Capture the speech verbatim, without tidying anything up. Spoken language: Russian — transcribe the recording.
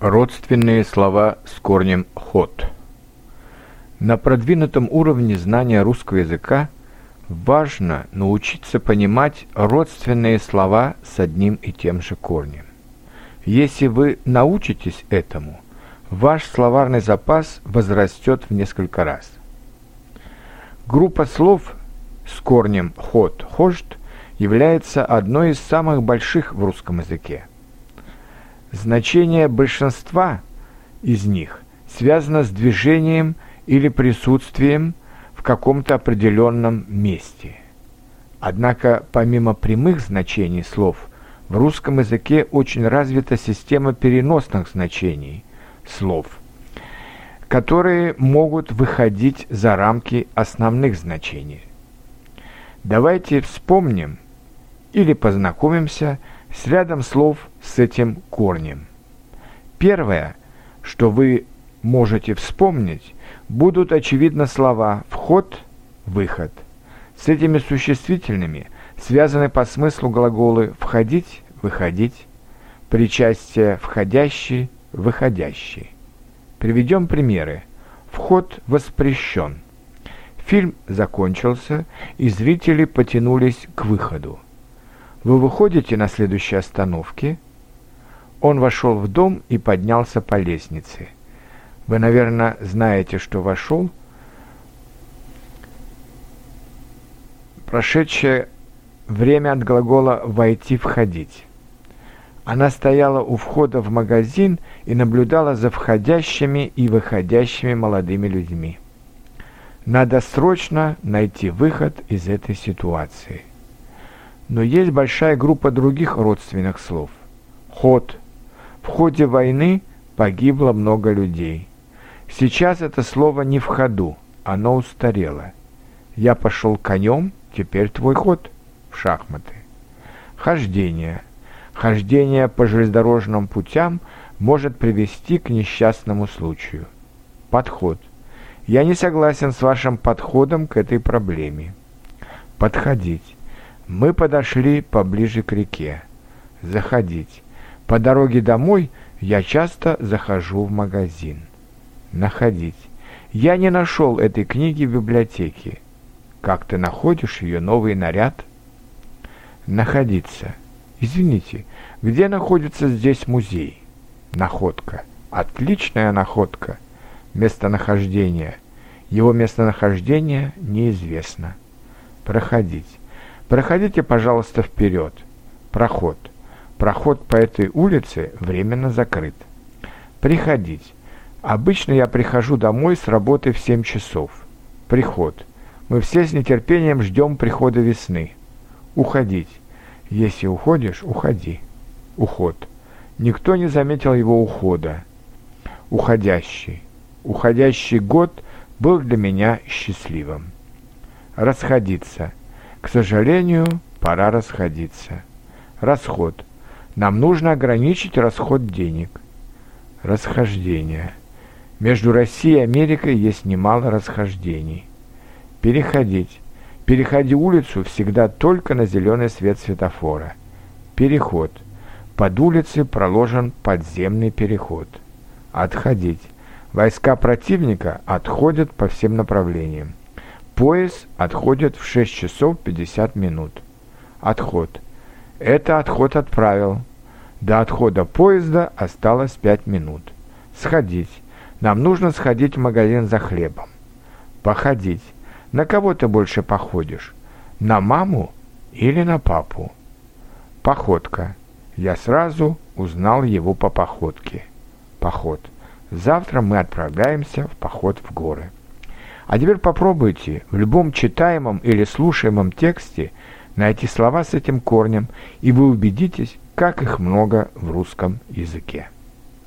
Родственные слова с корнем «ход». На продвинутом уровне знания русского языка важно научиться понимать родственные слова с одним и тем же корнем. Если вы научитесь этому, ваш словарный запас возрастет в несколько раз. Группа слов с корнем «ход», «хожд» является одной из самых больших в русском языке. Значение большинства из них связано с движением или присутствием в каком-то определенном месте. Однако, помимо прямых значений слов, в русском языке очень развита система переносных значений слов, которые могут выходить за рамки основных значений. Давайте вспомним или познакомимся с рядом слов с этим корнем. Первое, что вы можете вспомнить, будут, очевидно, слова «вход», «выход». С этими существительными связаны по смыслу глаголы «входить», «выходить», причастие «входящий», «выходящий». Приведем примеры. Вход воспрещен. Фильм закончился, и зрители потянулись к выходу. Вы выходите на следующей остановке. Он вошел в дом и поднялся по лестнице. Вы, наверное, знаете, что вошел. Прошедшее время от глагола «войти», «входить». Она стояла у входа в магазин и наблюдала за входящими и выходящими молодыми людьми. Надо срочно найти выход из этой ситуации. Но есть большая группа других родственных слов. Ход. В ходе войны погибло много людей. Сейчас это слово не в ходу, оно устарело. Я пошел конем, теперь твой ход в шахматы. Хождение. Хождение по железнодорожным путям может привести к несчастному случаю. Подход. Я не согласен с вашим подходом к этой проблеме. Подходить. Мы подошли поближе к реке. Заходить. По дороге домой я часто захожу в магазин. Находить. Я не нашел этой книги в библиотеке. Как ты находишь ее новый наряд? Находиться. Извините, где находится здесь музей? Находка. Отличная находка. Местонахождение. Его местонахождение неизвестно. Проходить. Проходите, пожалуйста, вперед. Проход. Проход по этой улице временно закрыт. Приходить. Обычно я прихожу домой с работы в семь часов. Приход. Мы все с нетерпением ждем прихода весны. Уходить. Если уходишь, уходи. Уход. Никто не заметил его ухода. Уходящий. Уходящий год был для меня счастливым. Расходиться. К сожалению, пора расходиться. Расход. Нам нужно ограничить расход денег. Расхождение. Между Россией и Америкой есть немало расхождений. Переходить. Переходи улицу всегда только на зеленый свет светофора. Переход. Под улицей проложен подземный переход. Отходить. Войска противника отходят по всем направлениям. Поезд отходит в шесть часов пятьдесят минут. Отход. Это отход отправил. До отхода поезда осталось пять минут. Сходить. Нам нужно сходить в магазин за хлебом. Походить. На кого ты больше походишь? На маму или на папу? Походка. Я сразу узнал его по походке. Поход. Завтра мы отправляемся в поход в горы. А теперь попробуйте в любом читаемом или слушаемом тексте найти слова с этим корнем, и вы убедитесь, как их много в русском языке.